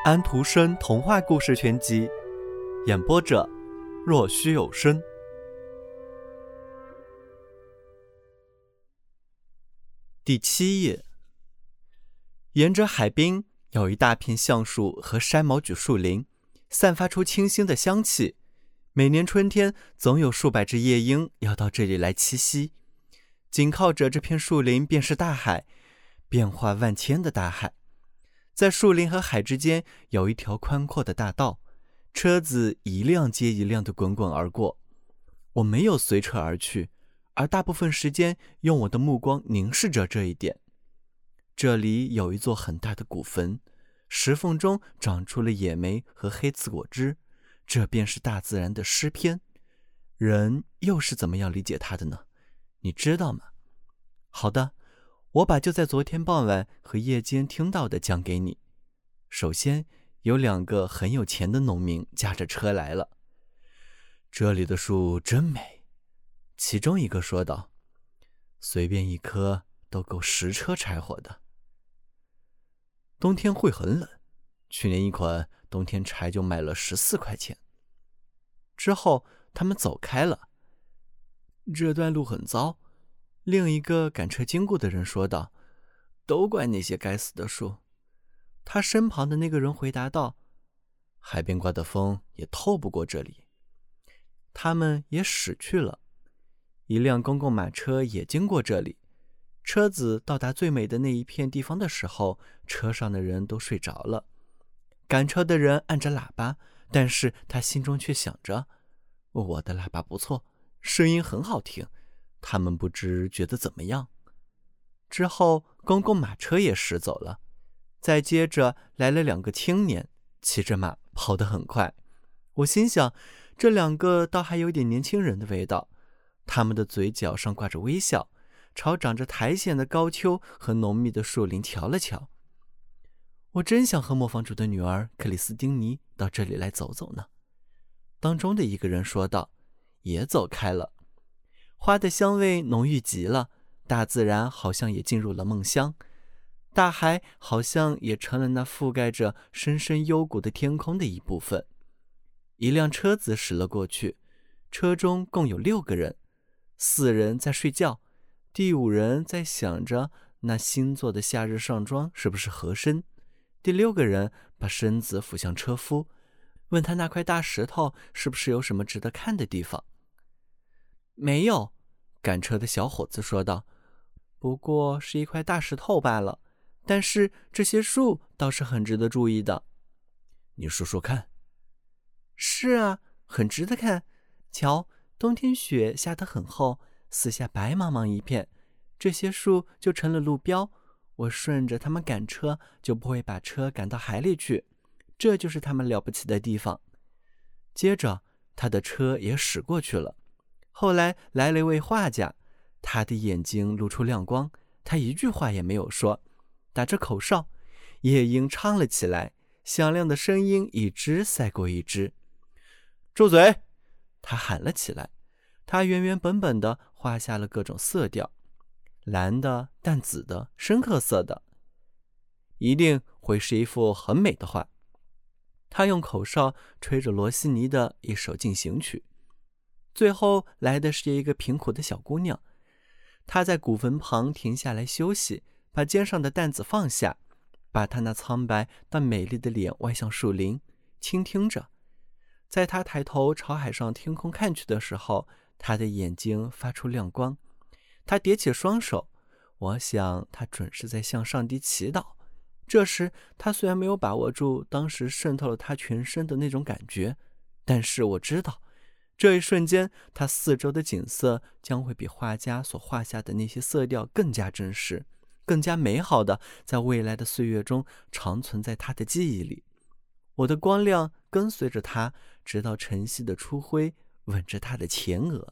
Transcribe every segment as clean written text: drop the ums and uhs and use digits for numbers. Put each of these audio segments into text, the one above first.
安徒生童话故事全集，演播者若虚有声。第7页。沿着海滨有一大片橡树和山毛榉树林，散发出清新的香气。每年春天，总有数百只夜莺要到这里来栖息。紧靠着这片树林便是大海，变化万千的大海。在树林和海之间有一条宽阔的大道，车子一辆接一辆地滚滚而过。我没有随车而去，而大部分时间用我的目光凝视着这一点。这里有一座很大的古坟，石缝中长出了野莓和黑刺果汁，这便是大自然的诗篇。人又是怎么样理解它的呢？你知道吗？好的，我把就在昨天傍晚和夜间听到的讲给你。首先，有2个很有钱的农民驾着车来了。这里的树真美，其中一个说道，随便一棵都够10车柴火的。冬天会很冷，去年一捆冬天柴就卖了14块钱。之后他们走开了。这段路很糟，另一个赶车经过的人说道，都怪那些该死的树。他身旁的那个人回答道，海边刮的风也透不过这里。他们也驶去了。一辆公共马车也经过这里。车子到达最美的那一片地方的时候，车上的人都睡着了。赶车的人按着喇叭，但是他心中却想着，我的喇叭不错，声音很好听，他们不知觉得怎么样。之后公共马车也驶走了。再接着来了2个青年，骑着马跑得很快。我心想，这2个倒还有点年轻人的味道。他们的嘴角上挂着微笑，朝长着苔藓的高丘和浓密的树林瞧了瞧。我真想和磨坊主的女儿克里斯汀妮到这里来走走呢。当中的一个人说道，也走开了。花的香味浓郁极了，大自然好像也进入了梦乡。大海好像也成了那覆盖着深深幽谷的天空的一部分。一辆车子驶了过去，车中共有6个人，4人在睡觉，第5人在想着那新做的夏日上装是不是合身。第6个人把身子俯向车夫，问他那块大石头是不是有什么值得看的地方。没有，赶车的小伙子说道，不过是一块大石头罢了，但是这些树倒是很值得注意的。你说说看。是啊，很值得看。瞧，冬天雪下得很厚，四下白茫茫一片，这些树就成了路标，我顺着它们赶车，就不会把车赶到海里去，这就是他们了不起的地方。接着他的车也驶过去了。后来来了一位画家，他的眼睛露出亮光，他一句话也没有说，打着口哨，夜莺唱了起来，响亮的声音一只赛过一只。住嘴！他喊了起来。他原原本本地画下了各种色调，蓝的、淡紫的、深褐色的，一定会是一幅很美的画。他用口哨吹着罗西尼的一首进行曲。最后来的是一个贫苦的小姑娘，她在古坟旁停下来休息，把肩上的担子放下，把她那苍白但美丽的脸歪向树林，倾听着。在她抬头朝海上天空看去的时候，她的眼睛发出亮光。她叠起双手，我想她准是在向上帝祈祷。这时她虽然没有把握住当时渗透了她全身的那种感觉，但是我知道这一瞬间她四周的景色将会比画家所画下的那些色调更加真实，更加美好的在未来的岁月中长存在她的记忆里。我的光亮跟随着她，直到晨曦的初晖吻着她的前额。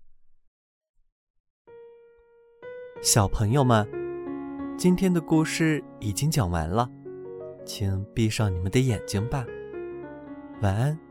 小朋友们，今天的故事已经讲完了，请闭上你们的眼睛吧，晚安。